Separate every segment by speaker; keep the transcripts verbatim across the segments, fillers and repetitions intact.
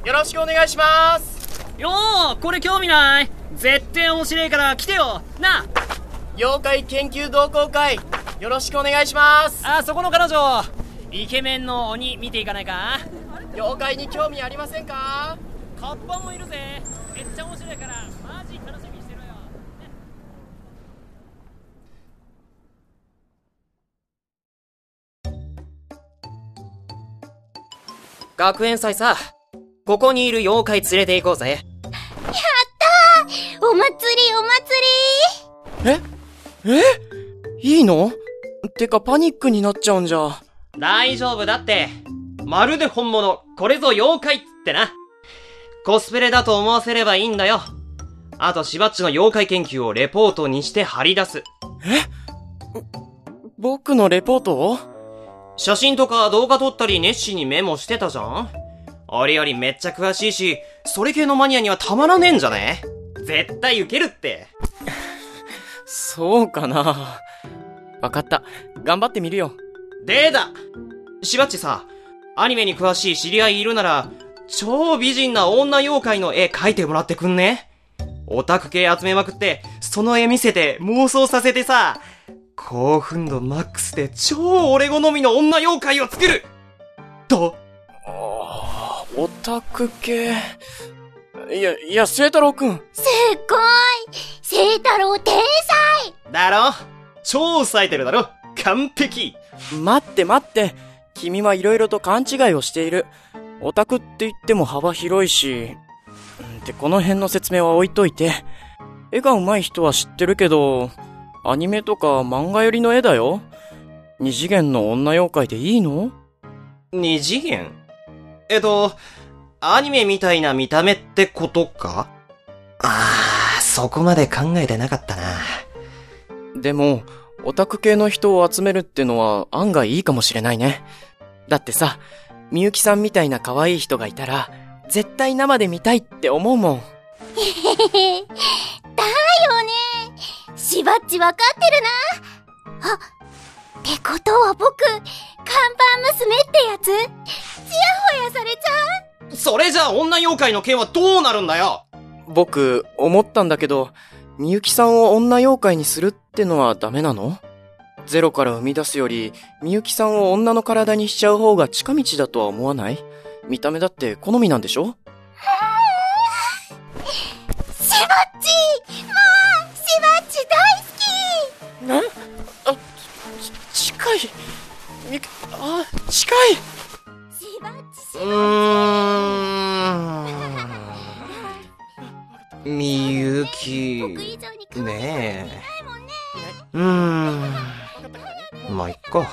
Speaker 1: よろしくお願いします。
Speaker 2: よー、これ興味ない？絶対面白いから来てよな。
Speaker 1: 妖怪研究同好会、よろしくお願いします。
Speaker 2: あ、そこの彼女、イケメンの鬼見ていかないか？
Speaker 1: 妖怪に興味ありませんか？
Speaker 2: カッパもいるぜ。めっちゃ面白いからマジ楽しみにしてろよ。
Speaker 3: 学園祭さ、ここにいる妖怪連れて行こうぜ。や
Speaker 4: ったー、お祭りお祭
Speaker 5: り。ええいいの？てかパニックになっちゃうんじゃ。
Speaker 3: 大丈夫だって。まるで本物、これぞ妖怪ってな。コスプレだと思わせればいいんだよ。あとしばっちの妖怪研究をレポートにして貼り出す。え？
Speaker 5: 僕のレポートを？
Speaker 3: 写真とか動画撮ったり熱心にメモしてたじゃん。あれよりめっちゃ詳しいし、それ系のマニアにはたまらねえんじゃね？絶対ウケるって。
Speaker 5: そうかな。わかった。頑張ってみるよ。
Speaker 3: でだ、しばっちさ、アニメに詳しい知り合いいるなら、超美人な女妖怪の絵描いてもらってくんね？オタク系集めまくって、その絵見せて妄想させてさ、興奮度マックスで超俺好みの女妖怪を作る！と。
Speaker 5: あー、オタク系。いや、いや、聖太郎くん。
Speaker 4: すっごい！聖太郎天才！
Speaker 3: だろ？超冴えてるだろ？完璧！
Speaker 5: 待って待って。君は色々と勘違いをしている。オタクって言っても幅広いし。ってこの辺の説明は置いといて。絵が上手い人は知ってるけど、アニメとか漫画寄りの絵だよ。二次元の女妖怪でいいの？
Speaker 3: 二次元？えっと、アニメみたいな見た目ってことか？あー、そこまで考えてなかったな。
Speaker 5: でも、オタク系の人を集めるってのは案外いいかもしれないね。だってさ、みゆきさんみたいな可愛い人がいたら、絶対生で見たいって思うもん。へ
Speaker 4: へへ、だよね。しばっちわかってるな。あ、ってことは僕、看板娘ってやつ？ちやほやされちゃう？
Speaker 3: それじゃあ女妖怪の件はどうなるんだよ。
Speaker 5: 僕、思ったんだけど、みゆきさんを女妖怪にするってのはダメなの？ゼロから生み出すより、みゆきさんを女の体にしちゃう方が近道だとは思わない？見た目だって好みなんでしょ？
Speaker 4: しばっち！もう！しばっち大好き！
Speaker 5: な？あ、ち、近い。み、あ、近い！
Speaker 4: しばっち、しばっち。
Speaker 3: うーん。みゆき。ねえ。うーん。まあ、いっか。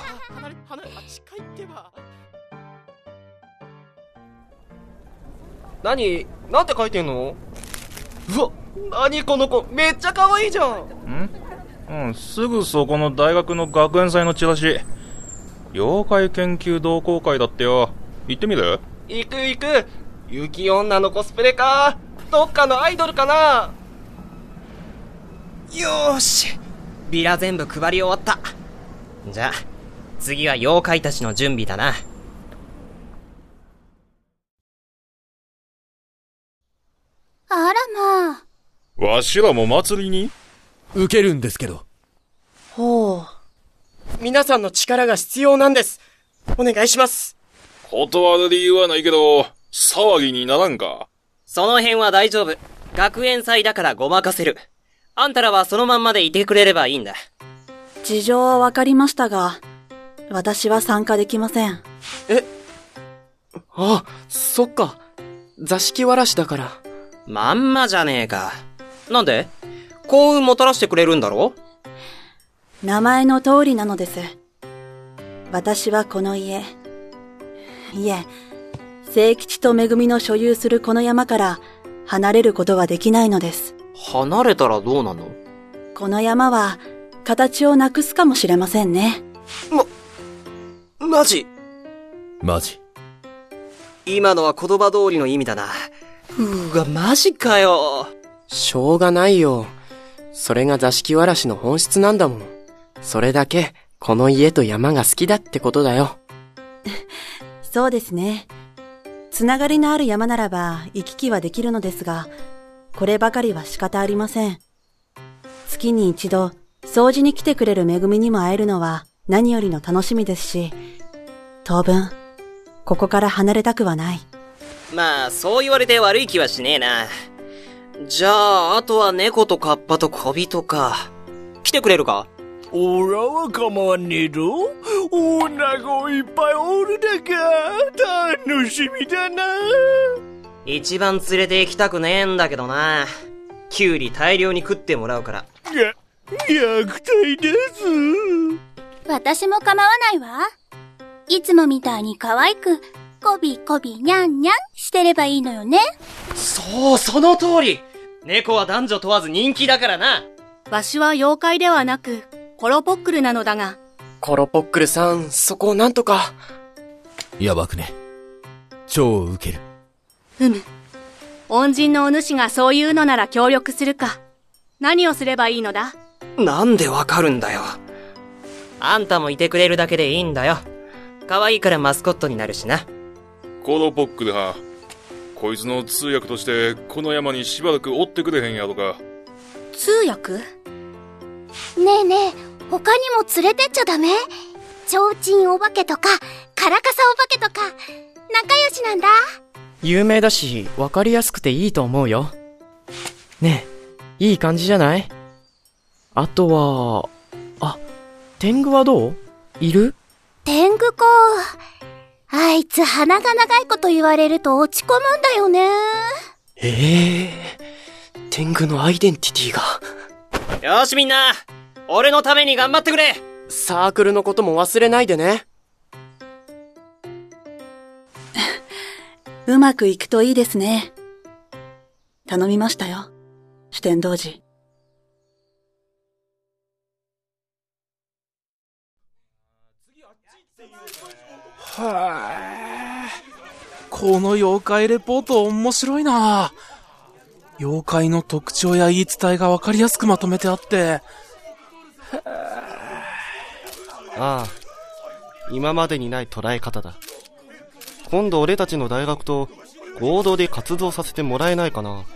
Speaker 1: 何？なんて書いてんの？うわ、何この子、めっちゃ可愛いじゃん。
Speaker 6: ん？うん、すぐそこの大学の学園祭のチラシ。妖怪研究同好会だってよ。行ってみる？
Speaker 1: 行く行く。雪女のコスプレか。どっかのアイドルかな。
Speaker 3: よーし、ビラ全部配り終わった。じゃあ次は妖怪たちの準備だな。
Speaker 4: あらまあ。
Speaker 6: わしらも祭りに？
Speaker 7: 受けるんですけど。
Speaker 5: ほう。皆さんの力が必要なんです。お願いします。
Speaker 6: 断る理由はないけど、騒ぎにならんか？
Speaker 3: その辺は大丈夫。学園祭だからごまかせる。あんたらはそのまんまでいてくれればいいんだ。
Speaker 8: 事情はわかりましたが、私は参加できません。
Speaker 5: え？あ、そっか。座敷わらしだから。
Speaker 3: まんまじゃねえか。なんで？幸運もたらしてくれるんだろ？
Speaker 8: 名前の通りなのです。私はこの家、いえ、聖吉とめぐみの所有するこの山から離れることができないのです。
Speaker 3: 離れたらどうなの？
Speaker 8: この山は形をなくすかもしれませんね。
Speaker 3: ま、マジ？
Speaker 7: マジ。
Speaker 3: 今のは言葉通りの意味だな。うーわ、マジかよ。
Speaker 5: しょうがないよ。それが座敷わらしの本質なんだもん。それだけこの家と山が好きだってことだよ。
Speaker 8: そうですね。 つながりのある山ならば行き来はできるのですが、こればかりは仕方ありません。月に一度、掃除に来てくれるめぐみにも会えるのは何よりの楽しみですし、当分、ここから離れたくはない。
Speaker 3: まあ、そう言われて悪い気はしねえな。じゃあ、あとは猫とカッパと小人か。来てくれるか？
Speaker 9: おらは構わねえぞ。女がいっぱいおるだか。楽しみだな。
Speaker 3: 一番連れて行きたくねえんだけどな。キュウリ大量に食ってもらうから。
Speaker 9: が、虐待だぞ。
Speaker 4: 私も構わないわ。いつもみたいに可愛く、こびこびにゃんにゃんしてればいいのよね。
Speaker 3: そう、その通り。猫は男女問わず人気だからな。
Speaker 10: わしは妖怪ではなく、コロポックルなのだが。
Speaker 5: コロポックルさん、そこをなんとか。
Speaker 7: やばくね。超ウケる。
Speaker 10: うむ。恩人のお主がそういうのなら協力するか。何をすればいいのだ？
Speaker 3: なんでわかるんだよ。あんたもいてくれるだけでいいんだよ。可愛いからマスコットになるしな。
Speaker 6: コロポックルは、こいつの通訳としてこの山にしばらく追ってくれへんやろか。
Speaker 10: 通訳？
Speaker 4: ねえねえ、他にも連れてっちゃダメ？ちょうちんお化けとか、カラカサお化けとか、仲良しなんだ。
Speaker 5: 有名だし、わかりやすくていいと思うよ。ねえ、いい感じじゃない？あとは、あ、天狗はどう？いる？
Speaker 4: 天狗か。あいつ鼻が長いこと言われると落ち込むんだよね。
Speaker 5: ええー、天狗のアイデンティティが。
Speaker 3: よしみんな、俺のために頑張ってくれ。
Speaker 5: サークルのことも忘れないでね。
Speaker 8: うまくいくといいですね。頼みましたよ、酒呑童子。
Speaker 11: はぁ、この妖怪レポート面白いな。妖怪の特徴や言い伝えがわかりやすくまとめてあって。
Speaker 1: ああ、今までにない捉え方だ。今度俺たちの大学と合同で活動させてもらえないかな。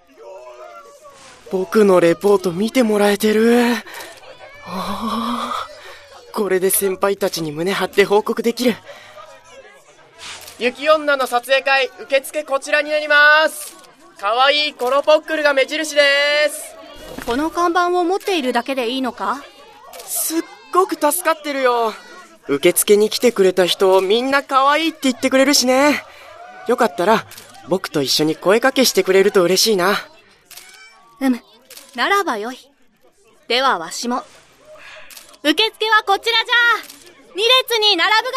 Speaker 5: 僕のレポート見てもらえてる。これで先輩たちに胸張って報告できる。雪女の撮影会受付こちらになります。かわいいコロポックルが目印です。
Speaker 10: この看板を持っているだけでいいのか？
Speaker 5: すっごく助かってるよ。受付に来てくれた人みんなかわいいって言ってくれるしね。よかったら僕と一緒に声かけしてくれると嬉しいな。
Speaker 10: うむ、ならばよい。ではわしも。受付はこちらじゃ。二列に並ぶ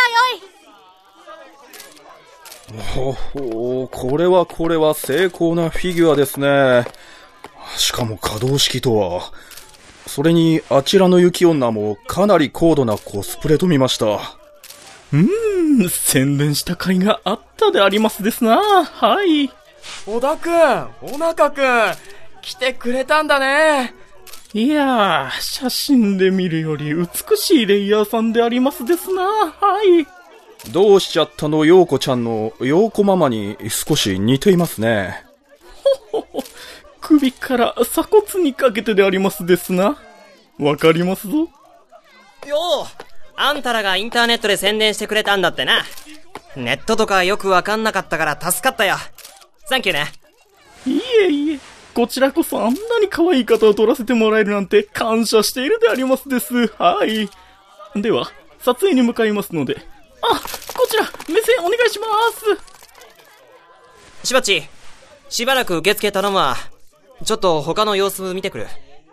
Speaker 10: がよい。
Speaker 6: ほほう、これはこれは精巧なフィギュアですね。しかも可動式とは。それにあちらの雪女もかなり高度なコスプレと見ました。
Speaker 12: うーん、宣伝した甲斐があったでありますですな。はい。
Speaker 5: 小田くん、小中くん、来てくれたんだね。
Speaker 12: いやー、写真で見るより美しいレイヤーさんでありますですな。はい。
Speaker 6: どうしちゃったの陽子ちゃんの陽子ママに少し似ていますね。
Speaker 12: ほほほ、首から鎖骨にかけてでありますですな。わかりますぞ。
Speaker 3: よう、あんたらがインターネットで宣伝してくれたんだってな。ネットとかよくわかんなかったから助かったよ。サンキューね。
Speaker 12: いえいえ、こちらこそあんなに可愛い方を撮らせてもらえるなんて感謝しているでありますです。はい。では、撮影に向かいますので。あ、こちら、目線お願いします。
Speaker 3: しばっち、しばらく受付頼むわ。ちょっと他の様子見てくる。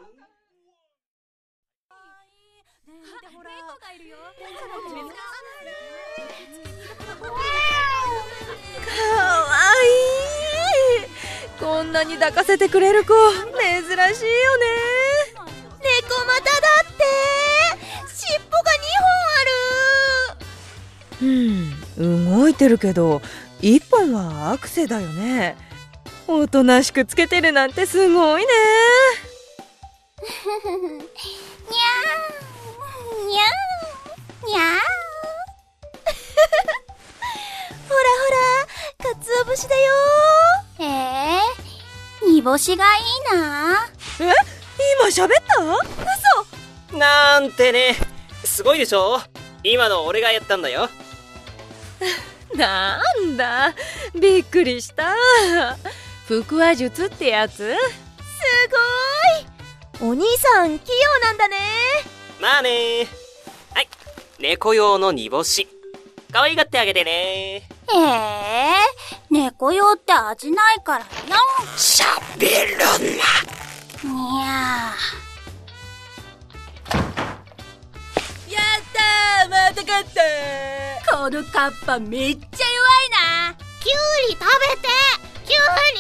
Speaker 13: こんなに抱かせてくれる子、珍しいよね。猫股だって尻尾がにほんある。うん、動いてるけどいっぽんはアクセだよね。おとなしくつけてるなんてすごいね。
Speaker 4: にゃーにゃーにゃーほらほら、カツしだよ。へえ、煮干しがいいな。
Speaker 13: え、今喋った？
Speaker 3: 嘘なんてね、すごいでしょ。今の俺がやったんだよ。
Speaker 13: なんだ、びっくりした。腹話術ってやつ？す
Speaker 4: ごい。お兄さん器用なんだね。
Speaker 3: まあね。はい、猫用の煮干し。可愛がってあげてね。
Speaker 4: へえ、猫用って味ないからよ。
Speaker 3: しゃべるな。
Speaker 4: にゃ
Speaker 14: ー。やったー、また勝った。このカッパめっちゃ弱いな。
Speaker 4: キュウリ食べて。キ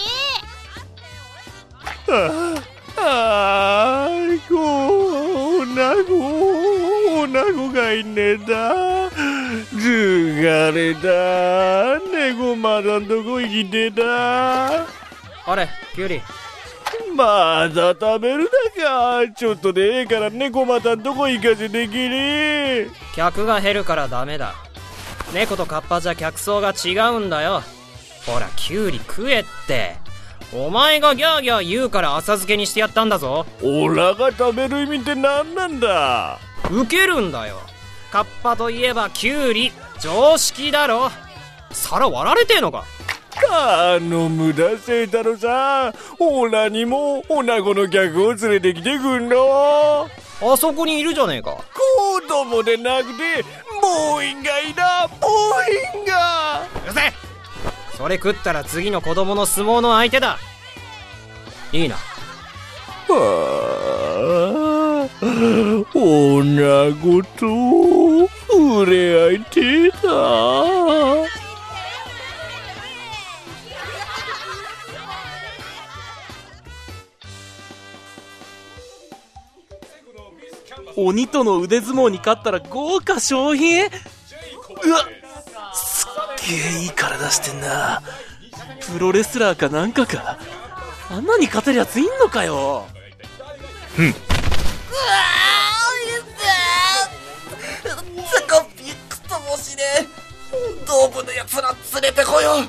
Speaker 4: ュウリ。
Speaker 9: ああー、こう、なご、おなごがいねえだ。ずがれだ。猫まだんとこ行きてえだ。
Speaker 3: あれ、キュウリ。
Speaker 9: まだ食べるだか。ちょっとでええから猫またんとこ行かせてきれ。
Speaker 2: 客が減るからダメだ。猫とカッパじゃ客層が違うんだよ。ほら、キュウリ食えって。お前がギャーギャー言うから浅漬けにしてやったんだぞ。
Speaker 9: オラが食べる意味って何なんだ。
Speaker 2: ウケるんだよ。カッパといえばキュウリ、常識だろ。皿割られてえのか。
Speaker 9: あの無駄せいたのさ。オラにも女子の客を連れてきてくんの。
Speaker 2: あそこにいるじゃねえか。
Speaker 9: 子供でなくてボーインがいだ。ボーインが。
Speaker 2: うるせえ。それ食ったら次の子供の相撲の相手だ。いいな。
Speaker 9: はあ、女子と触れ合いてえだ。
Speaker 11: 鬼との腕相撲に勝ったら豪華賞品。うわっ、すっげえいい体してんな。プロレスラーかなんかか。あんなに勝てるやついんのかよ。
Speaker 9: ふん。うわ
Speaker 5: ー、ザコビックともしねえ。本道部のやつら連れてこよう。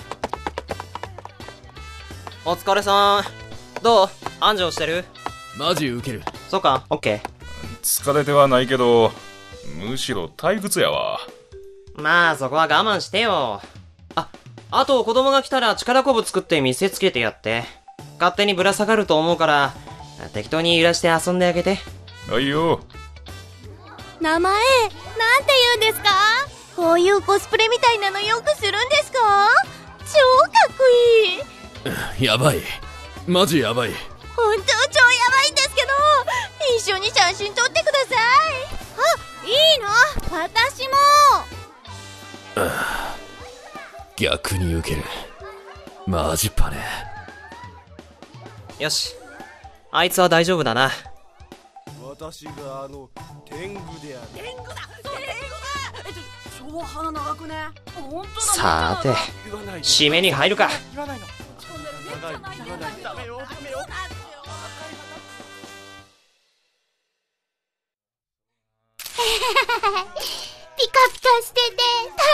Speaker 3: お疲れさん。どう？安城してる？
Speaker 7: マジウケる。
Speaker 3: そうか、オッケー。
Speaker 15: 疲れてはないけど、むしろ退屈やわ。
Speaker 3: まあそこは我慢してよ。あ、あと子供が来たら力こぶ作って見せつけてやって。勝手にぶら下がると思うから適当に揺らして遊んであげて。
Speaker 15: あいよ。
Speaker 4: 名前なんて言うんですか？こういうコスプレみたいなのよくするんですか？超かっこいい。
Speaker 7: やばい、マジやばい。
Speaker 4: 本当超やばいんですけど、一緒に写真撮ってください。あ、いいの？私も。
Speaker 7: 逆にウケる。マジパネ。
Speaker 3: よし、あいつは大丈夫だな。
Speaker 9: 私があの天狗である。
Speaker 14: 天狗だ、天狗だ。えっと超鼻長くね。本当だ。
Speaker 3: さーて、締めに入るか。
Speaker 9: 言わないの。長い、言わない。ダメよ、ダメよ。
Speaker 4: ピカピカしてて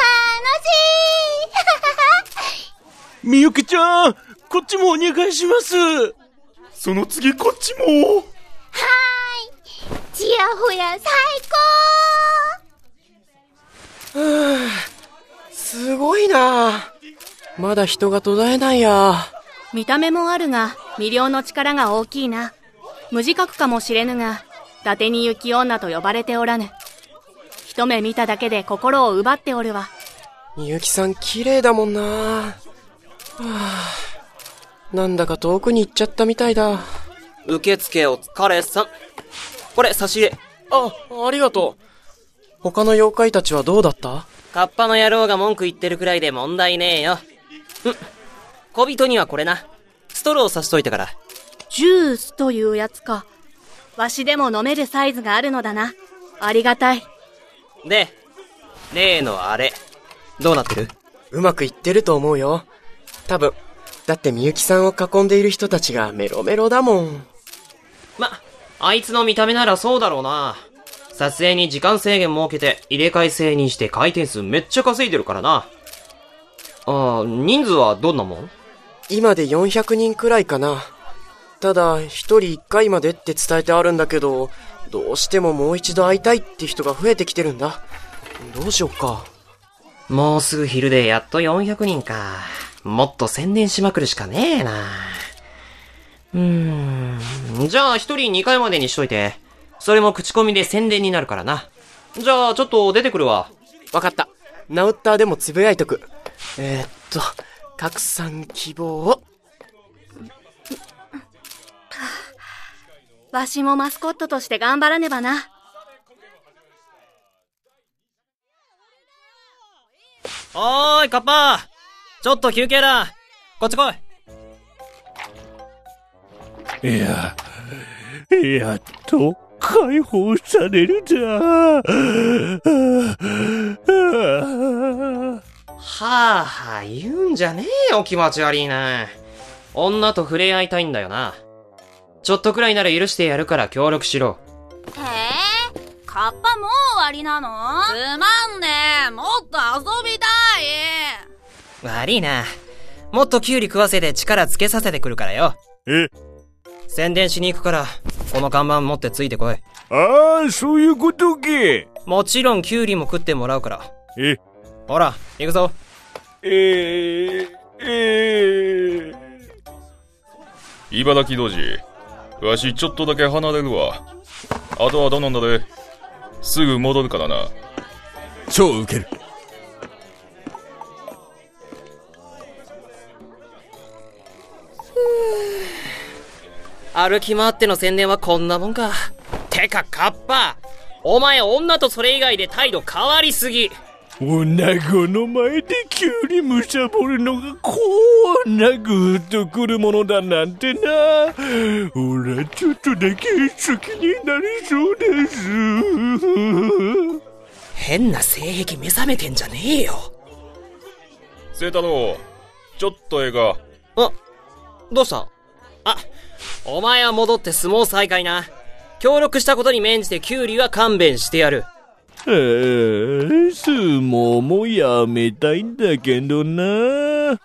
Speaker 4: 楽しい。
Speaker 9: みゆきちゃん、こっちもお願いします。
Speaker 15: その次こっちも。
Speaker 4: はーい、ちやほや最
Speaker 5: 高。ふぅ、すごいな。まだ人が途絶えないや。
Speaker 10: 見た目もあるが魅了の力が大きいな。無自覚かもしれぬが伊達に雪女と呼ばれておらぬ。一目見ただけで心を奪っておるわ。
Speaker 5: みゆきさん綺麗だもんな。はあ、なんだか遠くに行っちゃったみたいだ。
Speaker 3: 受付お疲れさん。これ差し入れ。
Speaker 5: あ、ありがとう。他の妖怪たちはどうだった？
Speaker 3: カッパの野郎が文句言ってるくらいで問題ねえよ。ん、小人にはこれな。ストローさしといたから。
Speaker 10: ジュースというやつか。わしでも飲めるサイズがあるのだな。ありがたい。
Speaker 3: で、例のあれ、どうなってる？
Speaker 5: うまくいってると思うよ。多分。だってみゆきさんを囲んでいる人たちがメロメロだもん。
Speaker 3: ま、あいつの見た目ならそうだろうな。撮影に時間制限設けて入れ替え制にして回転数めっちゃ稼いでるからな。 ああ、人数はどんなもん？
Speaker 5: 今でよんひゃくにんくらいかな。ただ、一人一回までって伝えてあるんだけど、どうしてももう一度会いたいって人が増えてきてるんだ。どうしよっか。
Speaker 3: もうすぐ昼でやっとよんひゃくにんか。もっと宣伝しまくるしかねえな。うーん。じゃあ一人にかいまでにしといて。それも口コミで宣伝になるからな。じゃあちょっと出てくるわ。
Speaker 5: わかった。ナウッターでもつぶやいとく。えー、っと、拡散希望。
Speaker 10: わしもマスコットとして頑張らねばな。
Speaker 2: おーい、カッパー。ちょっと休憩だ。こっち来い。
Speaker 9: いや、やっと解放されるだ。
Speaker 3: はぁはぁ言うんじゃねえよ、気持ち悪いな。女と触れ合いたいんだよな。ちょっとくらいなら許してやるから協力しろ。
Speaker 14: へえ、カッパもう終わりなの？つまんねえ、もっと遊びたい。
Speaker 2: 悪いな。もっとキュウリ食わせて力つけさせてくるからよ。
Speaker 9: え？
Speaker 2: 宣伝しに行くから、この看板持ってついてこい。
Speaker 9: ああ、そういうことけ。
Speaker 2: もちろんキュウリも食ってもらうから。
Speaker 9: え？
Speaker 2: ほら、行くぞ。
Speaker 9: えー、えー。
Speaker 15: 茨城童子、わしちょっとだけ離れるわ。あとは頼んだで。すぐ戻るからな。
Speaker 7: 超ウケる。
Speaker 3: 歩き回っての宣伝はこんなもんか。てかカッパ、お前女とそれ以外で態度変わりすぎ。
Speaker 9: 女子の前で急にむしゃぼるのがこんなグッとくるものだなんてな。おらちょっとだけ好きになりそうです。
Speaker 2: 変な性癖目覚めてんじゃねえよ。
Speaker 15: 清太郎、ちょっとええか。
Speaker 3: あ、どうした？あ、お前は戻って相撲再開な。協力したことに免じてキュウリは勘弁してやる。
Speaker 9: ああ、相撲もやめたいんだけどな。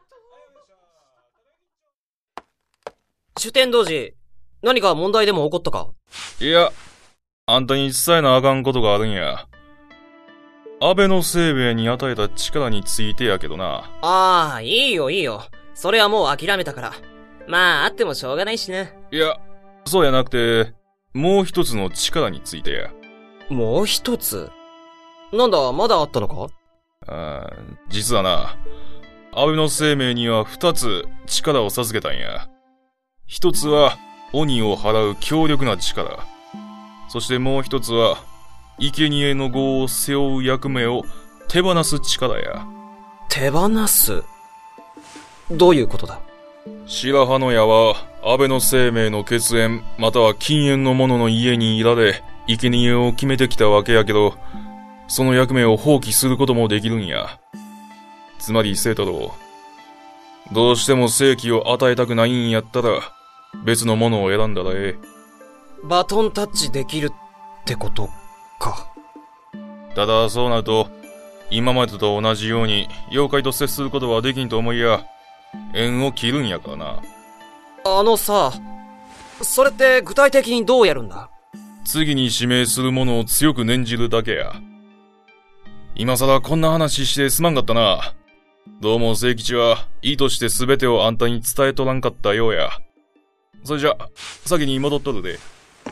Speaker 3: 主典童子、何か問題でも起こったか？
Speaker 15: いや、あんたに伝えなあかんことがあるんや。安倍の生命に与えた力についてやけどな。
Speaker 3: ああ、いいよいいよ。それはもう諦めたから。まあ、あってもしょうがないしな。
Speaker 15: いや、そうやなくて、もう一つの力についてや。
Speaker 3: もう一つ？なんだ、まだあったのか？
Speaker 15: ああ、実はな、安倍の生命には二つ力を授けたんや。一つは、鬼を払う強力な力。そしてもう一つは、生贄の業を背負う役目を手放す力や。
Speaker 3: 手放す？どういうことだ？
Speaker 15: 白羽の矢は、安倍の生命の血縁、または禁煙の者の家にいられ、生贄を決めてきたわけやけど、その役目を放棄することもできるんや。つまり清太郎、どうしても生気を与えたくないんやったら、別のものを選んだらええ。
Speaker 3: バトンタッチできるってことか。
Speaker 15: ただそうなると、今までと同じように妖怪と接することはできんと思いや、縁を切るんやからな。
Speaker 3: あのさ、それって具体的にどうやるんだ？
Speaker 15: 次に指名するものを強く念じるだけや。今さらこんな話してすまんかったな。どうも清吉は意図して全てをあんたに伝えとらんかったようや。それじゃ、先に戻っとるで。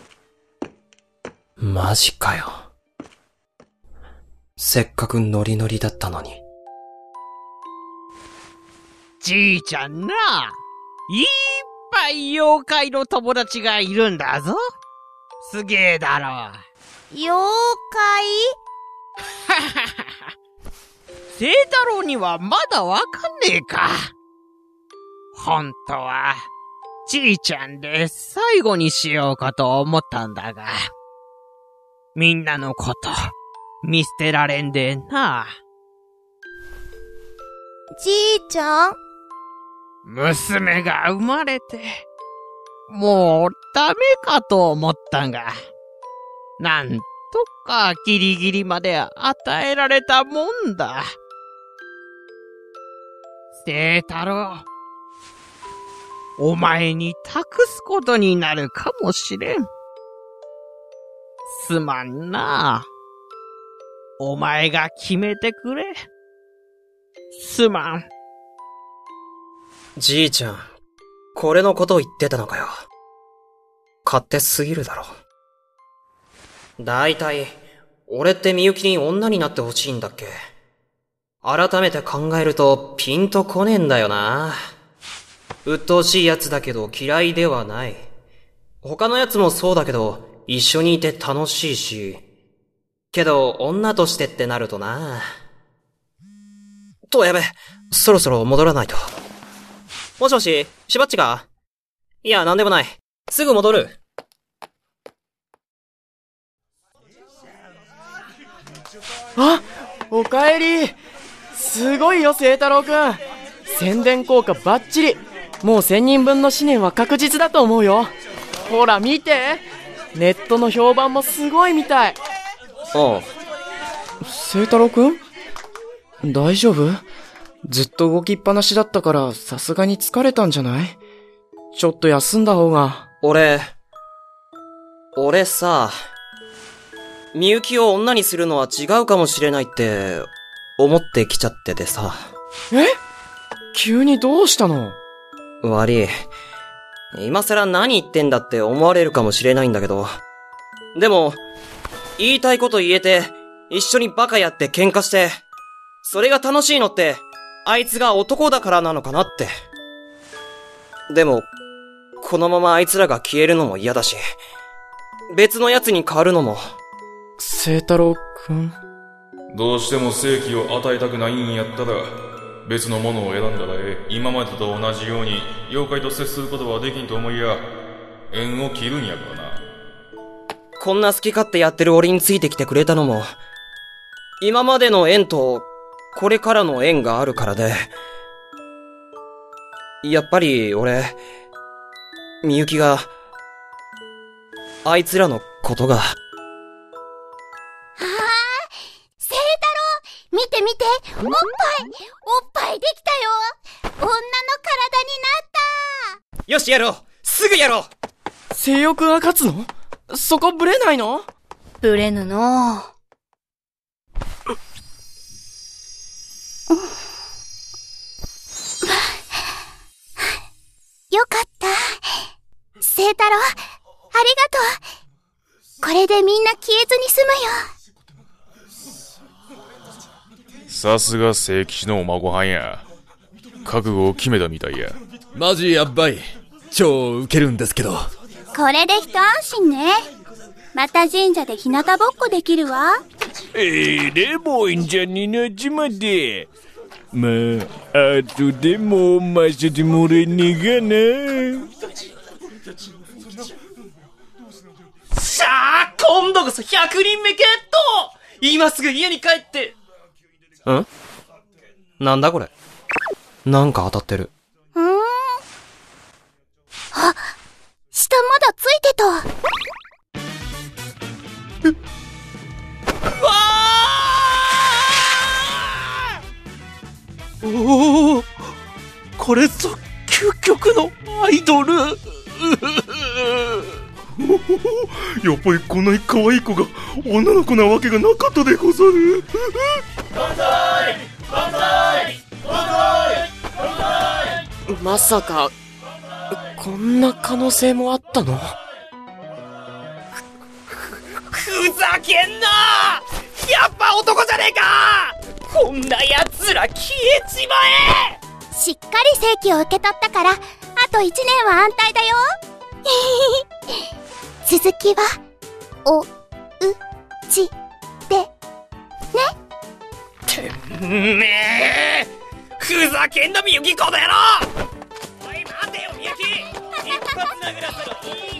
Speaker 3: マジかよ。せっかくノリノリだったのに。
Speaker 16: じいちゃんな、いっぱい妖怪の友達がいるんだぞ。すげえだろ。
Speaker 14: 妖怪？
Speaker 16: 清太郎にはまだわかんねえか。本当は、じいちゃんで最後にしようかと思ったんだが、みんなのこと、見捨てられんでな。
Speaker 14: じいちゃん？
Speaker 16: 娘が生まれて、もうダメかと思ったが、なんとかギリギリまで与えられたもんだ。 清太郎。お前に託すことになるかもしれん。すまんな。お前が決めてくれ。すまん。
Speaker 2: じいちゃん、これのことを言ってたのかよ。勝手すぎるだろ。だいたい、俺ってみゆきに女になってほしいんだっけ？改めて考えるとピンとこねえんだよな。鬱陶しいやつだけど嫌いではない。他のやつもそうだけど、一緒にいて楽しいし。けど、女としてってなるとな。と、やべ、そろそろ戻らないと。もしもし、しばっちか？いや、なんでもない。すぐ戻る。
Speaker 5: あ、おかえり。すごいよ、清太郎くん。宣伝効果バッチリ。もう千人分の思念は確実だと思うよ。ほら見て。ネットの評判もすごいみたい。
Speaker 2: ああ。
Speaker 5: 清太郎くん？大丈夫？ずっと動きっぱなしだったからさすがに疲れたんじゃない？ちょっと休んだ方が。
Speaker 2: 俺、俺さ、みゆきを女にするのは違うかもしれないって思ってきちゃっててさ。
Speaker 5: え？急にどうしたの？
Speaker 2: 悪い。今更何言ってんだって思われるかもしれないんだけど。でも、言いたいこと言えて、一緒にバカやって喧嘩して、それが楽しいのって、あいつが男だからなのかなって。でも、このままあいつらが消えるのも嫌だし、別の奴に変わるのも。
Speaker 5: 清太郎くん？
Speaker 15: どうしても正気を与えたくないんやったら、別のものを選んだらええ。今までと同じように妖怪と接することはできんと思いや、縁を切るんやからな。
Speaker 2: こんな好き勝手やってる俺についてきてくれたのも、今までの縁とこれからの縁があるからで、やっぱり俺、みゆきが、あいつらのことが。
Speaker 4: 見て見て、おっぱい、おっぱいできたよ。女の体になった。
Speaker 2: よし、やろう。すぐやろう。
Speaker 5: 性欲が勝つの？そこブレないの？
Speaker 10: ブレぬのう。
Speaker 4: よかった。清太郎、ありがとう。これでみんな消えずに済むよ。
Speaker 15: さすが聖騎士のお孫はんや。覚悟を決めたみたいや。
Speaker 7: マジやっばい。超ウケるんですけど。
Speaker 4: これで一安心ね。また神社で日向ぼっこできるわ。
Speaker 9: ええレモンちゃんになっちまって。まあ、あとでもませてもらえねえかな。
Speaker 3: さあ、今度こそひゃくにんめゲット。今すぐ家に帰って。
Speaker 2: ん？なんだこれ。なんか当たってる。
Speaker 4: うーん。あ、下まだついてた。
Speaker 3: う、わー！おお、これぞ究極のアイドル。
Speaker 9: やっぱりこんなに可愛い子が女の子なわけがなかったでござる。
Speaker 17: 万歳！万歳！万歳！万歳！
Speaker 5: まさか、こんな可能性もあったの？
Speaker 3: ふざけんな！やっぱ男じゃねえか！こんな奴ら消えちまえ！
Speaker 4: しっかり正規を受け取ったから、あと一年は安泰だよ。続きは、お、う、ち、で、ね。
Speaker 3: てめえ！ふざけんなみゆきこの野郎！おい待てよみゆき！一発殴らせろ！